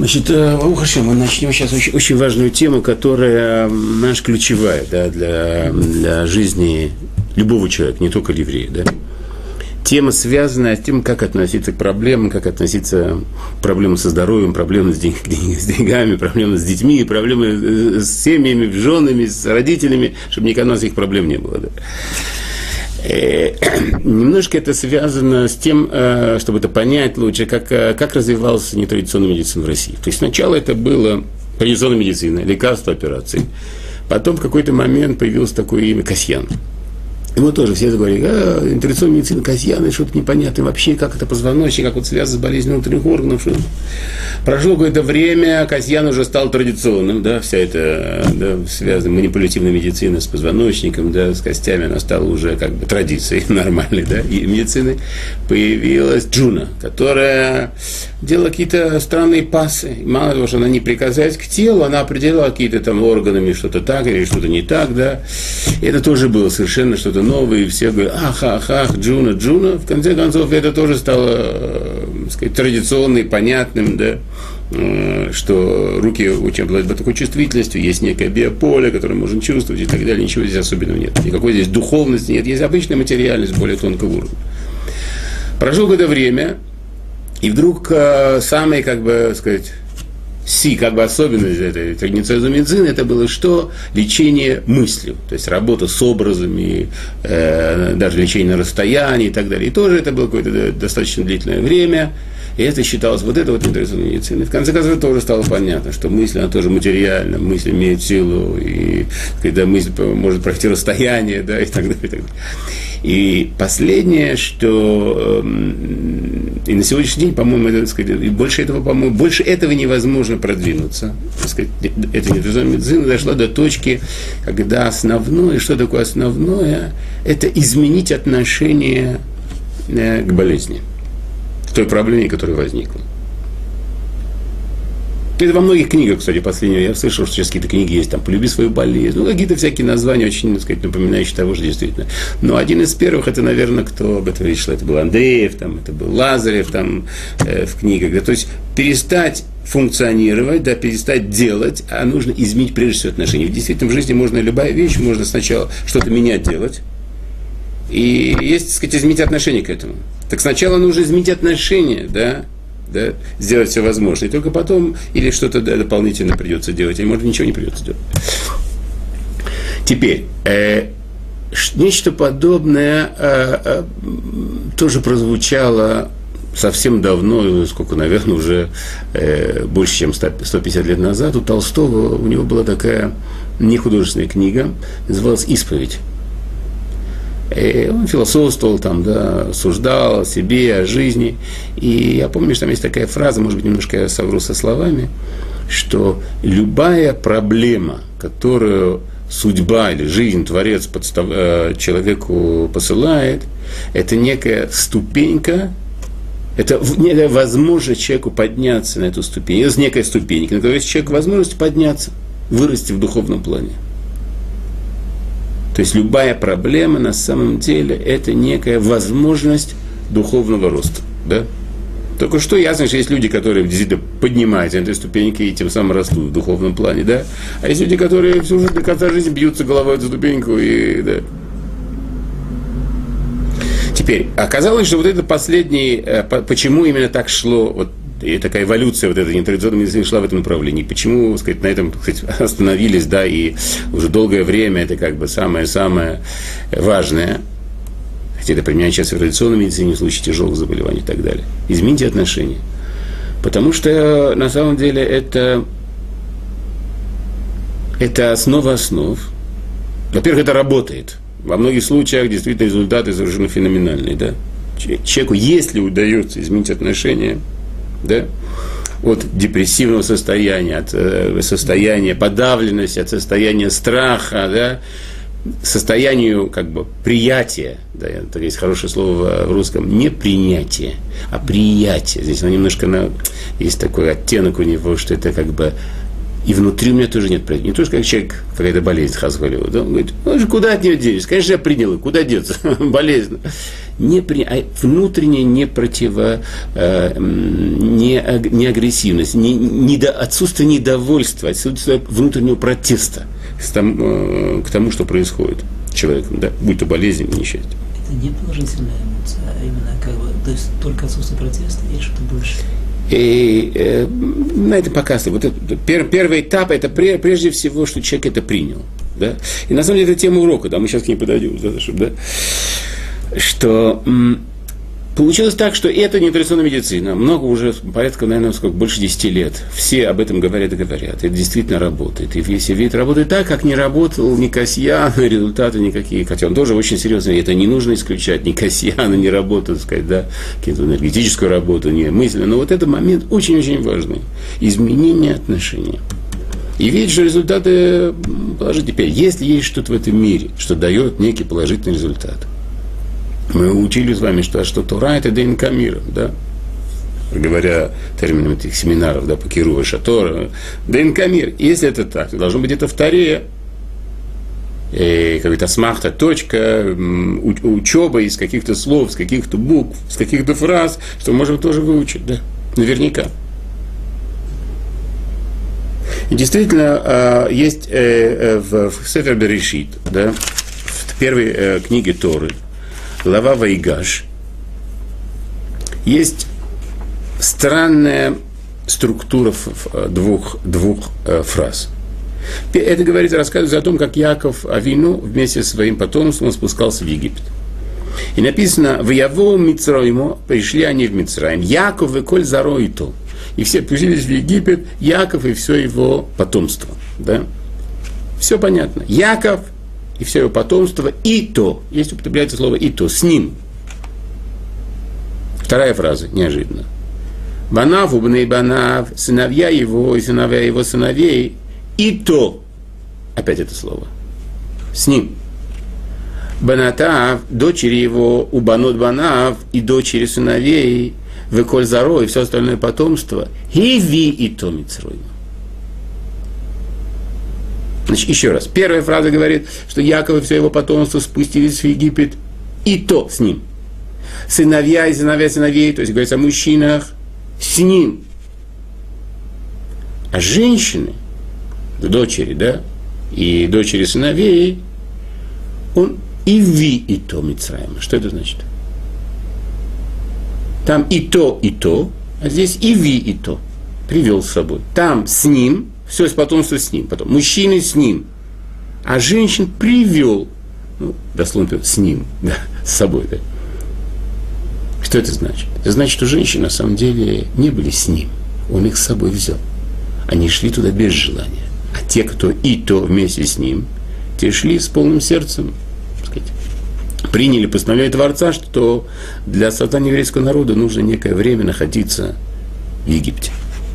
Значит, мы начнем сейчас очень важную тему, которая, наша ключевая, да, для жизни любого человека, не только еврея. Да? Тема, связанная с тем, как относиться к проблемам, как относиться к проблемам со здоровьем, проблемам с деньгами, проблемам с детьми, проблемы с семьями, с женами, с родителями, чтобы никогда у нас их проблем не было. Да? Немножко это связано с тем, чтобы это понять лучше, как развивалась нетрадиционная медицина в России. То есть сначала это была традиционная медицина, лекарства, операции. Потом в какой-то момент появилось такое имя Касьян. Ему тоже все говорили, нетрадиционная медицина, Касьян, и что-то непонятное вообще, как это позвоночник, как вот связано с болезнью внутренних органов. Что... Прошло какое-то время, Касьян уже стал традиционным, да, вся эта связанная манипулятивная медицина с позвоночником, да, с костями, она стала уже как бы традицией нормальной, да, и медицины. Появилась Джуна, которая делала какие-то странные пассы. Мало того, что она не прикасаясь к телу, она определяла какие-то там органами что-то так или что-то не так, да. И это тоже было совершенно что-то новое, и все говорят, ах, Джуна. В конце концов, это тоже стало, сказать, традиционным, понятным, да, что руки очень обладают такой чувствительностью, есть некое биополе, которое можно чувствовать и так далее, ничего здесь особенного нет. Никакой здесь духовности нет, есть обычная материальность более тонкого уровня. Прошло какое-то время, и вдруг самый, как бы, сказать, особенность этой традиционной медицины, это было что? Лечение мыслью, то есть работа с образами, даже лечение на расстоянии и так далее. И тоже это было какое-то достаточно длительное время, и это считалось вот нетрадиционной медициной. В конце концов, тоже стало понятно, что мысль, она тоже материальна, мысль имеет силу, и когда мысль может пройти расстояние, да, и так далее, и так далее. И последнее, что и на сегодняшний день, по-моему, это, сказать, и больше этого невозможно продвинуться. Сказать, эта нетрадиционная медицина дошла до точки, когда основное, что такое основное, это изменить отношение к болезни, к той проблеме, которая возникла. Это во многих книгах, кстати, последнего. Я слышал, что сейчас какие-то книги есть, там, «Полюби свою болезнь». Какие-то всякие названия, очень, так сказать, напоминающие того, что действительно. Но один из первых, это, наверное, кто об этом решил, это был Андреев, там, это был Лазарев, там, в книгах. Да, то есть, перестать функционировать, да, перестать делать, а нужно изменить прежде всего отношения. Ведь действительно, в жизни можно любая вещь, можно сначала что-то менять, делать. И есть, так сказать, изменить отношение к этому. Так сначала нужно изменить отношения, да, сделать все возможное. И только потом или что-то дополнительно придется делать, или, может, ничего не придется делать. Теперь, нечто подобное тоже прозвучало совсем давно, сколько, наверное, уже больше, чем 150 лет назад. У Толстого, у него была такая нехудожественная книга, называлась «Исповедь». И он философствовал, там, да, суждал о себе, о жизни. И я помню, что там есть такая фраза, может быть, немножко я совру со словами, что любая проблема, которую судьба или жизнь, Творец человеку посылает, это некая ступенька, это некая возможность человеку подняться на эту ступень. Это некая ступенька, на которой есть человек возможность подняться, вырасти в духовном плане. То есть любая проблема на самом деле это некая возможность духовного роста. Да? Только что ясно, что есть люди, которые действительно поднимаются на этой ступеньке и тем самым растут в духовном плане. Да? А есть люди, которые всю жизнь до конца жизни бьются головой в эту ступеньку. И, да. Теперь, оказалось, что вот это последний, почему именно так шло, вот, и такая эволюция вот этой нетрадиционной медицины шла в этом направлении. Почему, сказать, на этом, сказать, остановились, да, и уже долгое время это как бы самое-самое важное, хотя это применяется сейчас в традиционной медицине в случае тяжелых заболеваний и так далее. Измените отношения. Потому что на самом деле это основа основ. Во-первых, это работает. Во многих случаях действительно результаты совершенно феноменальные, да. Человеку, если удается изменить отношения, да, от депрессивного состояния, от состояния подавленности, от состояния страха, да, состоянию как бы приятия, да, это есть хорошее слово в русском, не принятие, а приятие. Здесь оно немножко есть такой оттенок у него, что это как бы И внутри у меня тоже нет против. Не то, что как человек, какая-то болезнь хазвалила, да? Он говорит, ну же куда от нее денешься? Конечно, я принял, куда деться? Болезнь. Внутренняя не агрессивность, отсутствие недовольства, отсутствие внутреннего протеста к тому, что происходит с человеком, да? Будь то болезнь или несчастье. Это не положительная эмоция, а именно то есть только отсутствие протеста или что-то больше? И на этом показывает. Вот первый этап – это прежде всего, что человек это принял. Да? И на самом деле это тема урока, да, мы сейчас к ней подойдем, да, что получилось так, что это не традиционная медицина. Много уже, порядка, наверное, больше 10 лет. Все об этом говорят и говорят. Это действительно работает. И весь вид работает так, как не работал ни Касьян, результаты никакие. Хотя он тоже очень серьезный. Это не нужно исключать. Ни Касьяна, ни работу, так сказать, да, какую-то энергетическую работу, не мысленно. Но вот этот момент очень-очень важный. Изменение отношения. И видишь, что результаты положительные. Теперь, если есть что-то в этом мире, что дает некий положительный результат, мы учили с вами, что Тора – это ДНК мира, да? Говоря термином этих семинаров, да, по Кирува Шатора, ДНК мира. Если это так, то должно быть это в Торе, какая-то смахта, точка, учеба из каких-то слов, с каких-то букв, с каких-то фраз, что мы можем тоже выучить, да, наверняка. И действительно, есть в Сефер Берешит, да, в первой книге Торы, глава Ваигаш, есть странная структура двух фраз. Это говорит, рассказывает о том, как Яков Авину вместе со своим потомством спускался в Египет. И написано: «Ваяво Мицраиму», пришли они в Мицраим, Яков и коль зароиту. И все пустились в Египет, Яков и все его потомство. Да? Все понятно. Яков и все его потомство, и то. Есть употребляется слово и то, с ним. Вторая фраза, неожиданно. Банав, убней банав, сыновья его и сыновья его сыновей, и то. Опять это слово. С ним. Банатав, дочери его, убанот банав, и дочери сыновей, выколь заро, и все остальное потомство, хиви и то Мицраим. Значит, еще раз. Первая фраза говорит, что Яков и все его потомство спустились в Египет, и то с ним. Сыновья и сыновья сыновей, то есть говорится о мужчинах, с ним. А женщины, дочери, да, и дочери сыновей, он и ви, и то Мицраим. Что это значит? Там и то, а здесь и ви, и то. Привел с собой. Там с ним, все с потомства с ним. Потом мужчины с ним. А женщин привел, ну, дословно, с ним, да, с собой. Да. Что это значит? Это значит, что женщины на самом деле не были с ним. Он их с собой взял. Они шли туда без желания. А те, кто и то вместе с ним, те шли с полным сердцем, так сказать, приняли постановление Творца, что для создания еврейского народа нужно некое время находиться в Египте.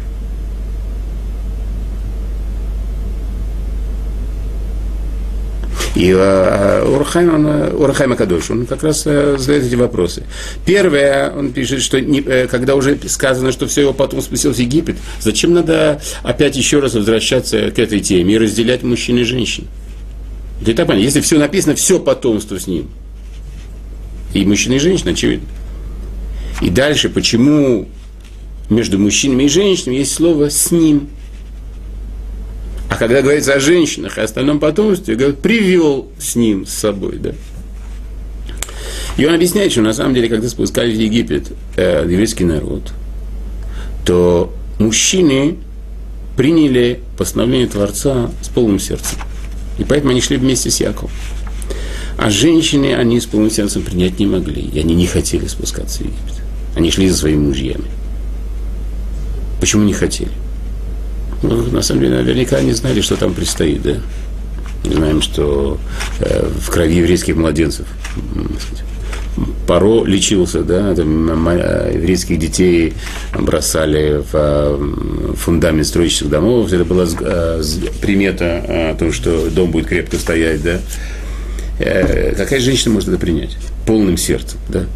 И Урахайм Акадош, он как раз задает эти вопросы. Первое, он пишет, что когда уже сказано, что все его потом спустилось в Египет, зачем надо опять еще раз возвращаться к этой теме и разделять мужчин и женщин? Это и так понятно. Если все написано, все потомство с ним. И мужчина, и женщина, очевидно. И дальше, почему между мужчинами и женщинами есть слово «с ним». А когда говорится о женщинах и остальном потомстве, говорят, привел с ним, с собой, да. И он объясняет, что на самом деле, когда спускались в Египет еврейский народ, то мужчины приняли постановление Творца с полным сердцем. И поэтому они шли вместе с Яковом. А женщины, они с полным сердцем принять не могли. И они не хотели спускаться в Египет. Они шли за своими мужьями. Почему не хотели? Ну, на самом деле, наверняка они знали, что там предстоит, да? Мы знаем, что в крови еврейских младенцев Паро лечился, да? Там, еврейских детей бросали в фундамент строящихся домов. Это была примета о том, что дом будет крепко стоять, да? Какая женщина может это принять? Полным сердцем, да?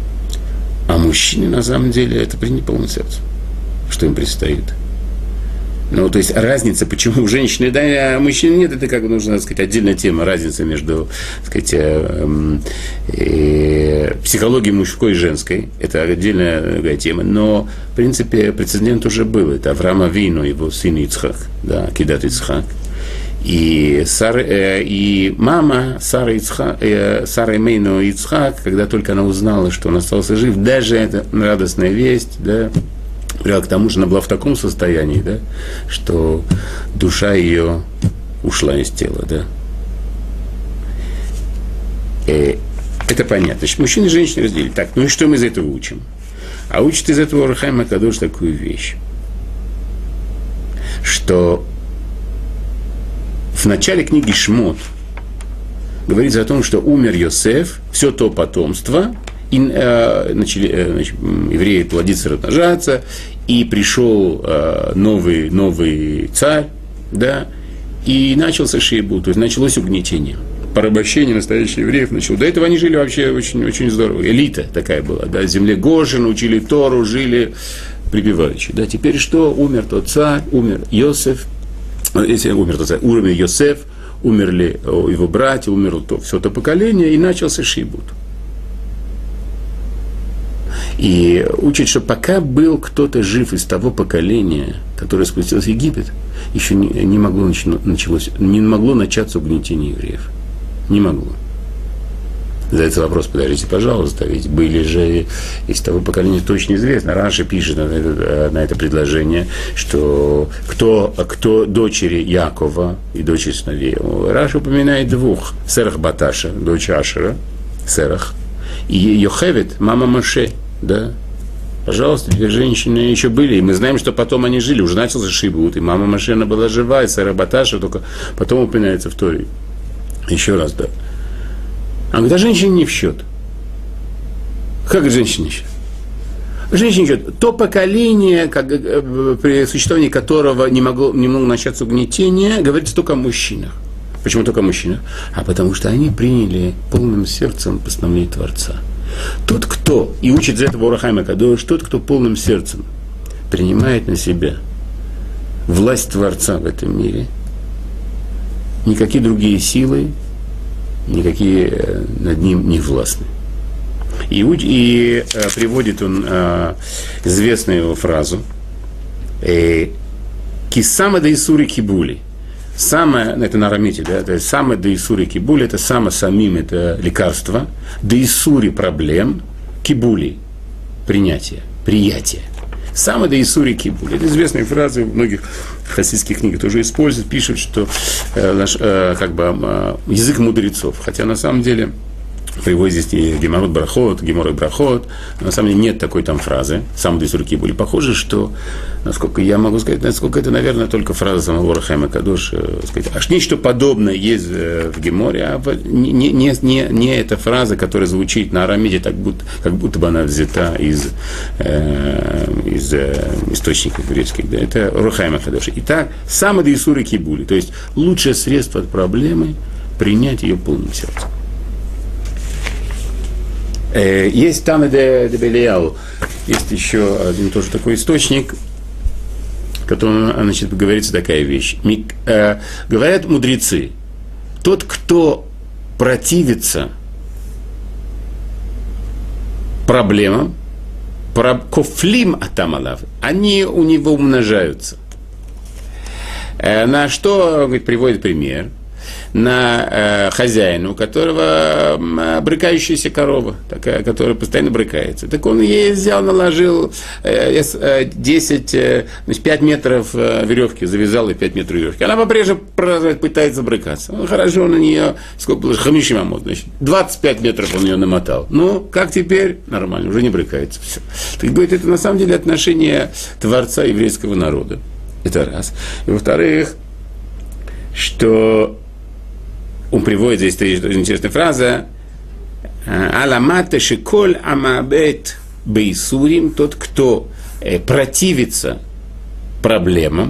А мужчины, на самом деле, это принять полным сердцем. Что им предстоит? Ну, то есть разница, почему у женщины, да, а у мужчин нет, это, как нужно сказать, отдельная тема, разница между, так сказать, психологией мужской и женской, это отдельная тема, но, в принципе, прецедент уже был, это Авраам Авину, его сын Ицхак, да, Кидат Ицхак, и мама Сара Эмейну Ицхак, когда только она узнала, что он остался жив, даже эта радостная весть, да, к тому же она была в таком состоянии, да, что душа ее ушла из тела, да. Это понятно. Значит, мужчины и женщины разделили. Так, ну и что мы из этого учим? А учит из этого Ор Хаим ха-Кадош такую вещь, что в начале книги Шмот говорится о том, что умер Йосеф, все то потомство, и начали евреи плодиться, размножаться, и пришел новый царь, да, и начался шейбут, то есть началось угнетение. Порабощение настоящих евреев началось. До этого они жили вообще очень, очень здорово. Элита такая была, да, в земле Гошен, учили Тору, жили припеваючи. Да. Теперь что? Умер тот царь, умер Йосеф, если умер тот царь, умер Йосеф, умерли его братья, умерло все то поколение, и начался шейбут. И учит, что пока был кто-то жив из того поколения, которое спустилось в Египет, еще не могло начаться угнетение евреев. Не могло. Задается вопрос, подождите, пожалуйста, ведь были же из того поколения точно известно. Раши пишет на это предложение, что кто дочери Якова и дочери сыновей. Раши упоминает двух. Серах Баташа, дочь Ашера, Серах, и Йохевет, мама Моше. Да, пожалуйста, две женщины еще были, и мы знаем, что потом они жили, уже начался шибут, и мама Машена была жива, и Сара Баташа только потом упоминается в Торе. Еще раз, да. А когда женщина не в счет? Как женщина не в счет? Женщина не в счет. То поколение, при существовании которого не могло начаться угнетение, говорится только о мужчинах. Почему только о мужчинах? А потому что они приняли полным сердцем постановление Творца. Тот, кто, и учит из этого Ор Хаим ха-Кадош, тот, кто полным сердцем принимает на себя власть Творца в этом мире, никакие другие силы, никакие над ним не властны. И приводит он известную его фразу «Кисама да Исури кибули». Самое, это на арамите, да, это самое да Исури кибули, это само самим, это лекарство, да Исури проблем, кибули, принятие, приятие. Самое да Исури кибули. Это известная фраза, в многих хасидских книгах тоже используют, пишут, что язык мудрецов, хотя на самом деле приводит здесь и Геморот Брахот, Геморот Брахот, на самом деле нет такой там фразы, самые да Исури кибули. Похоже, что, насколько я могу сказать, насколько это, наверное, только фраза самого Ор Хаим ха-Кадош, аж нечто подобное есть в Геморе, а не эта фраза, которая звучит на арамите, как будто бы она взята из источников греческих. Да. Это Ор Хаим ха-Кадош. Итак, самые да Исури кибули, то есть лучшее средство от проблемы принять ее полным сердцем. Есть там де Белияу, есть еще один тоже такой источник, в котором, значит, говорится такая вещь. Говорят мудрецы, тот, кто противится проблемам, кофлим атамалав, они у него умножаются. На что, говорит, приводит пример? На хозяина, у которого брыкающаяся корова, такая, которая постоянно брыкается. Так он ей взял, наложил 5 метров веревки, завязал и 5 метров веревки. Она по-прежнему пытается брыкаться. Хорошо, он на нее, сколько было, хамишимамот, значит, 25 метров он ее намотал. Ну, как теперь? Нормально, уже не брыкается. Все. Так будет, это на самом деле отношение Творца еврейского народа. Это раз. И во-вторых, что он приводит здесь интересная фраза «Аламата шиколь амабет бейсурим», тот, кто противится проблемам,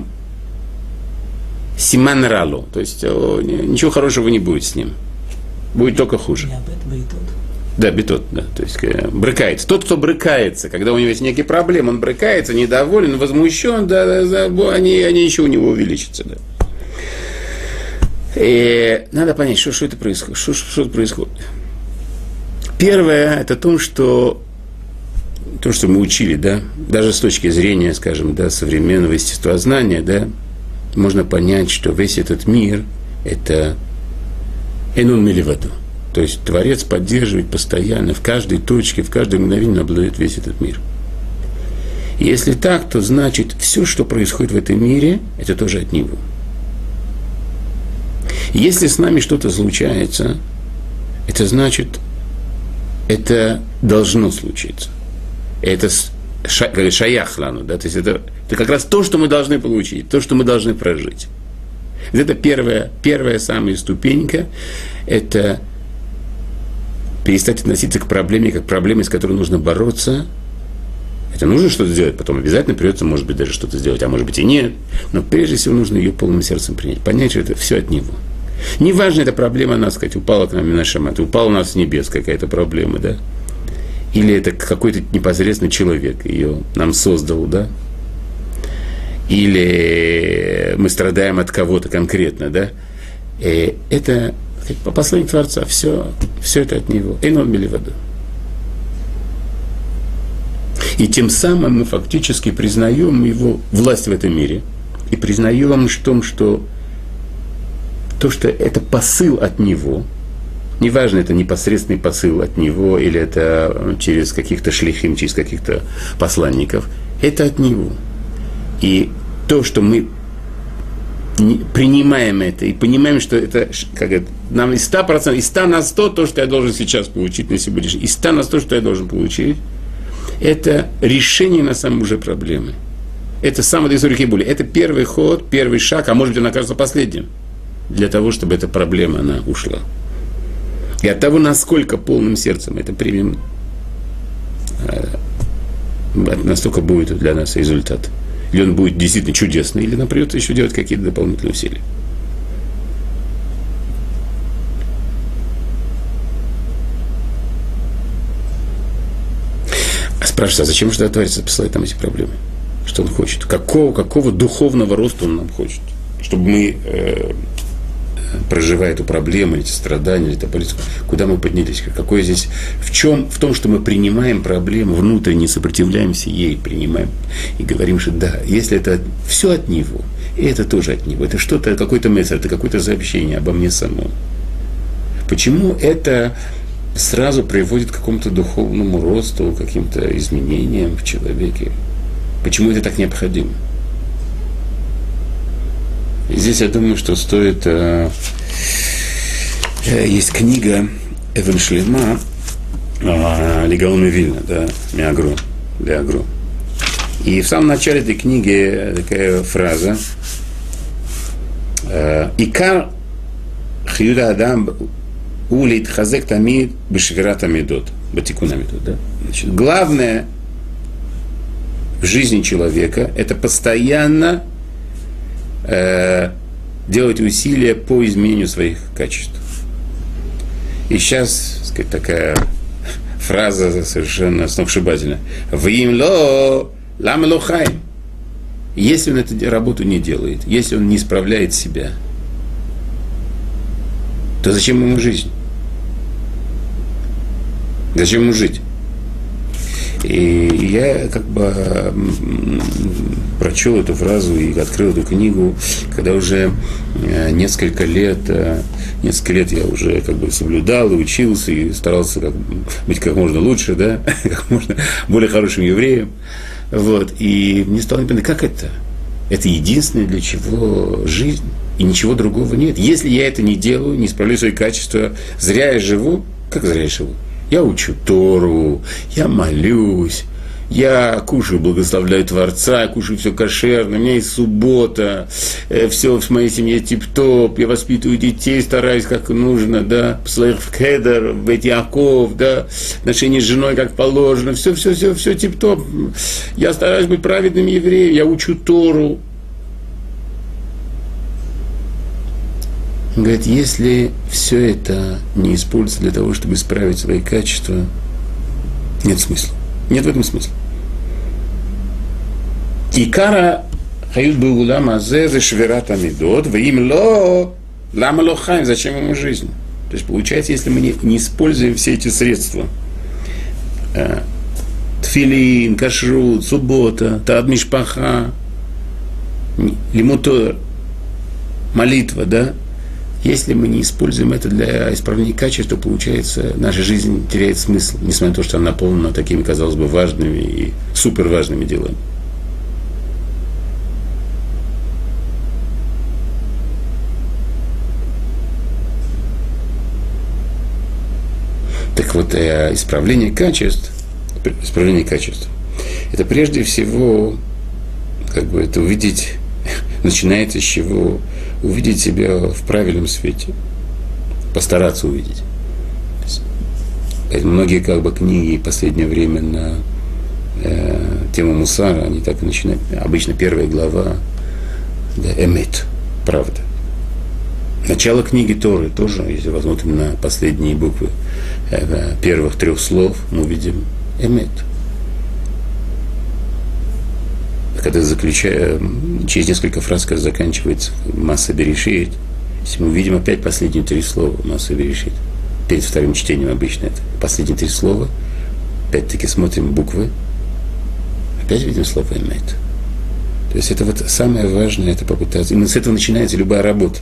симан ралу, то есть ничего хорошего не будет с ним, будет только хуже. Да, бетот, да, то есть брыкается. Тот, кто брыкается, когда у него есть некие проблемы, он брыкается, недоволен, возмущен, они еще у него увеличатся, да. И надо понять, что это происходит. Что происходит. Первое, это то, что мы учили, да, даже с точки зрения, скажем, да, современного естествознания, да, можно понять, что весь этот мир – это энон миливаду. То есть Творец поддерживает постоянно, в каждой точке, в каждое мгновение наблюдает весь этот мир. И если так, то значит, все, что происходит в этом мире, это тоже от Него. Если с нами что-то случается, это значит, это должно случиться. Это шаях лану, да, то есть это как раз то, что мы должны получить, то, что мы должны прожить. Это первая самая ступенька, это перестать относиться к проблеме, как к проблеме, с которой нужно бороться. Это нужно что-то сделать, потом обязательно придется, может быть, даже что-то сделать, а может быть и нет. Но прежде всего нужно ее полным сердцем принять, понять, что это все от Него. Неважно, эта проблема, надо сказать, упала к нам на шамат, упала у нас с небес какая-то проблема, да? Или это какой-то непосредственный человек ее нам создал, да? Или мы страдаем от кого-то конкретно, да? И это, по посланию Творца, все это от Него. Энон миливаду. И тем самым мы фактически признаем Его власть в этом мире. И признаем в том, что это посыл от Него. Неважно, это непосредственный посыл от Него, или это через каких-то шлихим, через каких-то посланников. Это от Него. И то, что мы принимаем это и понимаем, что это, нам из 100%, из 100 на 100 то, что я должен сейчас получить на сегодняшний, из 100 на 100, что я должен получить, это решение на самом уже проблемы. Это самодоистория боли. Это первый ход, первый шаг, а может быть, он окажется последним, для того, чтобы эта проблема, она ушла. И от того, насколько полным сердцем это примем, настолько будет для нас результат. Или он будет действительно чудесный, или нам придется еще делать какие-то дополнительные усилия. Спрашивается, а зачем же Творец посылает нам эти проблемы? Что он хочет? Какого духовного роста он нам хочет? Чтобы мы, проживая эту проблему, эти страдания, эту политику, куда мы поднялись? Какое здесь, в том, что мы принимаем проблему, внутренне сопротивляемся ей, принимаем и говорим, что да, если это все от Него, и это тоже от Него, это что-то, какой-то месседж, это какое-то сообщение обо мне самом. Почему это сразу приводит к какому-то духовному росту, к каким-то изменениям в человеке? Почему это так необходимо? И здесь я думаю, что стоит... есть книга Эвен Шлема Легаон Мивильна, да, Миагро, Леагро. И в самом начале этой книги такая фраза «Икар хиюда адам улит хазек тамид бешвират амидот». Батикун амидот, да? Значит, главное в жизни человека – это постоянно делать усилия по изменению своих качеств. И сейчас, так сказать, такая фраза совершенно сногсшибательная. «Вимло лама ло хаим». Если он эту работу не делает, если он не исправляет себя, то зачем ему жизнь? Зачем ему жить? И я прочел эту фразу и открыл эту книгу, когда уже несколько лет я уже соблюдал и учился, и старался быть как можно лучше, да, как можно более хорошим евреем. Вот. И мне стало непонятно, как это? Это единственное, для чего жизнь, и ничего другого нет. Если я это не делаю, не исправляю свои качества, зря я живу. Как зря я живу? Я учу Тору, я молюсь, я кушаю, благословляю Творца, я кушаю все кошерно, у меня есть суббота, все в моей семье тип-топ, я воспитываю детей, стараюсь как нужно, да, посылаю их в Кедер, в Бейт Яаков, да, отношения с женой как положено, все тип-топ. Я стараюсь быть праведным евреем, я учу Тору. Он говорит, если все это не используется для того, чтобы исправить свои качества, нет смысла. Нет в этом смысла. Икара хают беулам азе зе швират амидот, ваим ло лама ло хаим, зачем ему жизнь? То есть получается, если мы не используем все эти средства, тфилин, кашрут, суббота, таад мишпаха, лимуд Тора, молитва, да? Если мы не используем это для исправления качества, то, получается, наша жизнь теряет смысл, несмотря на то, что она наполнена такими, казалось бы, важными и суперважными делами. Так вот, исправление качеств, это прежде всего, это увидеть, начинается с чего? Увидеть себя в правильном свете, постараться увидеть. Многие книги в последнее время на тему мусара, они так и начинают. Обычно первая глава, да, эмет, правда. Начало книги Торы тоже, если посмотрим на последние буквы первых 3 слов, мы увидим эмет. Когда через несколько фраз, когда заканчивается масса берешит, если мы увидим опять последние 3 слова масса берешит, перед вторым чтением обычно это последние 3 слова, опять-таки смотрим буквы, опять видим слово эмет. То есть это вот самое важное, это попытаться. Именно с этого начинается любая работа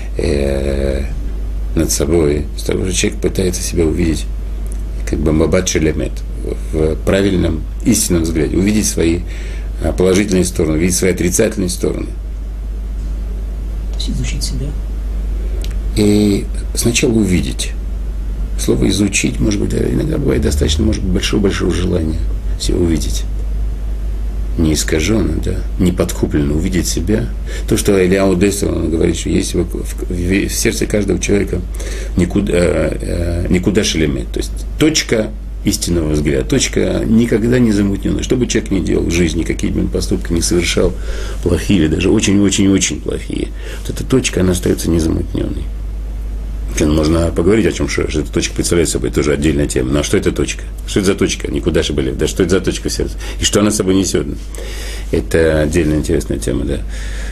над собой. С того же человек пытается себя увидеть мабат шелемет, в правильном, истинном взгляде, увидеть свои положительные стороны, видеть свои отрицательные стороны. То есть изучить себя? И сначала увидеть. Слово «изучить», может быть, иногда бывает достаточно, может быть, большого серьезного все увидеть. Не искаженно, да, не подкупленно, увидеть себя. То, что Элиау Дестер, он говорит, что есть в сердце каждого человека никуда шелемет, то есть точка истинного взгляда, точка никогда не замутненная. Что бы человек ни делал в жизни, какие бы он поступки не совершал, плохие или даже очень-очень-очень плохие, вот эта точка, она остается незамутненной. Можно поговорить о чем, что эта точка представляет собой, тоже отдельная тема. Но что это точка? Что это за точка? Никуда же были. Да что это за точка в сердце? И что она собой несет? Это отдельная интересная тема, да.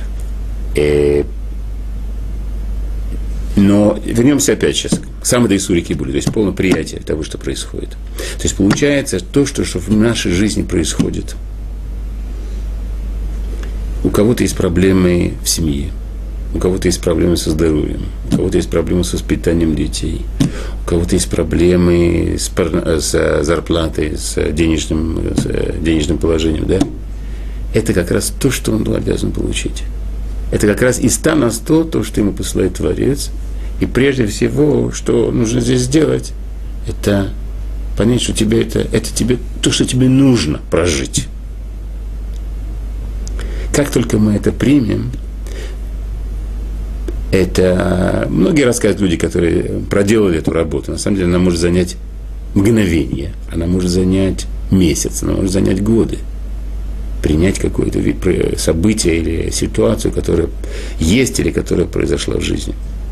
Но вернемся опять сейчас к самой Исури Кибули, то есть полное приятие того, что происходит. То есть получается то, что в нашей жизни происходит. У кого-то есть проблемы в семье, у кого-то есть проблемы со здоровьем, у кого-то есть проблемы с воспитанием детей, у кого-то есть проблемы с зарплатой, с денежным положением, да? Это как раз то, что он обязан получить. Это как раз и 100 на 100 то, что ему посылает Творец. И прежде всего, что нужно здесь сделать, это понять, что тебе это тебе то, что тебе нужно прожить. Как только мы это примем, это многие рассказывают люди, которые проделали эту работу. На самом деле она может занять мгновение, она может занять месяц, она может занять годы. Принять какое-то событие или ситуацию, которая есть или которая произошла в жизни.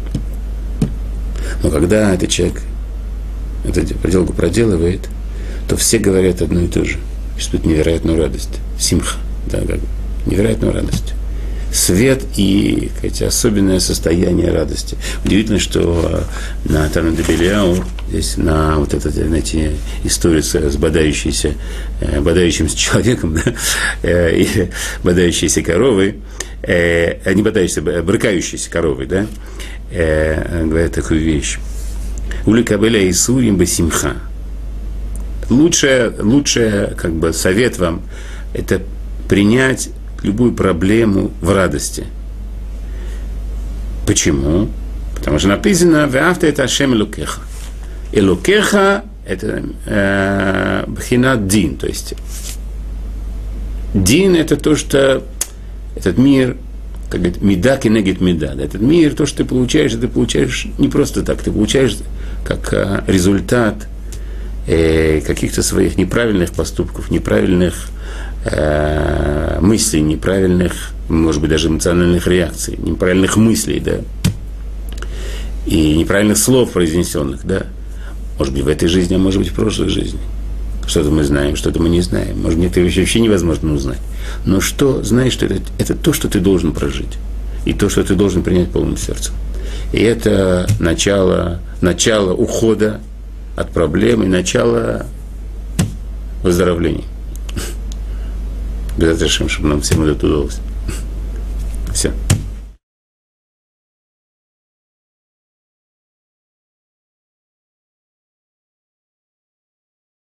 Но когда этот человек эту проделку проделывает, то все говорят одно и то же. Испытывают невероятную радость. Симха. Да, невероятную радость. Свет и особенное состояние радости. Удивительно, что на Талмуд Белиау, здесь на вот эти истории с бодающимся человеком, да, и бодающейся коровой, не бодающейся, брыкающейся коровой, да, говорят такую вещь. Ули кабеля исурим басимха. Лучшее совет вам – это принять любую проблему в радости. Почему? Потому что написано «Веавта это Ашем Элокеха». Элокеха – это бхинат дин, то есть дин – это то, что этот мир, как говорит, мида кенегет мида. Этот мир, то, что ты получаешь не просто так, ты получаешь как результат каких-то своих неправильных поступков, неправильных мыслей, неправильных, может быть, даже эмоциональных реакций, неправильных мыслей, да. и неправильных слов произнесенных, да. Может быть, в этой жизни, а может быть, в прошлой жизни. Что-то мы знаем, что-то мы не знаем. Может быть, это вообще невозможно узнать. Но что, знаешь, что это то, что ты должен прожить. И то, что ты должен принять полным сердцем. И это начало ухода от проблем и начало выздоровления. Без этого, чтобы нам всем это удалось.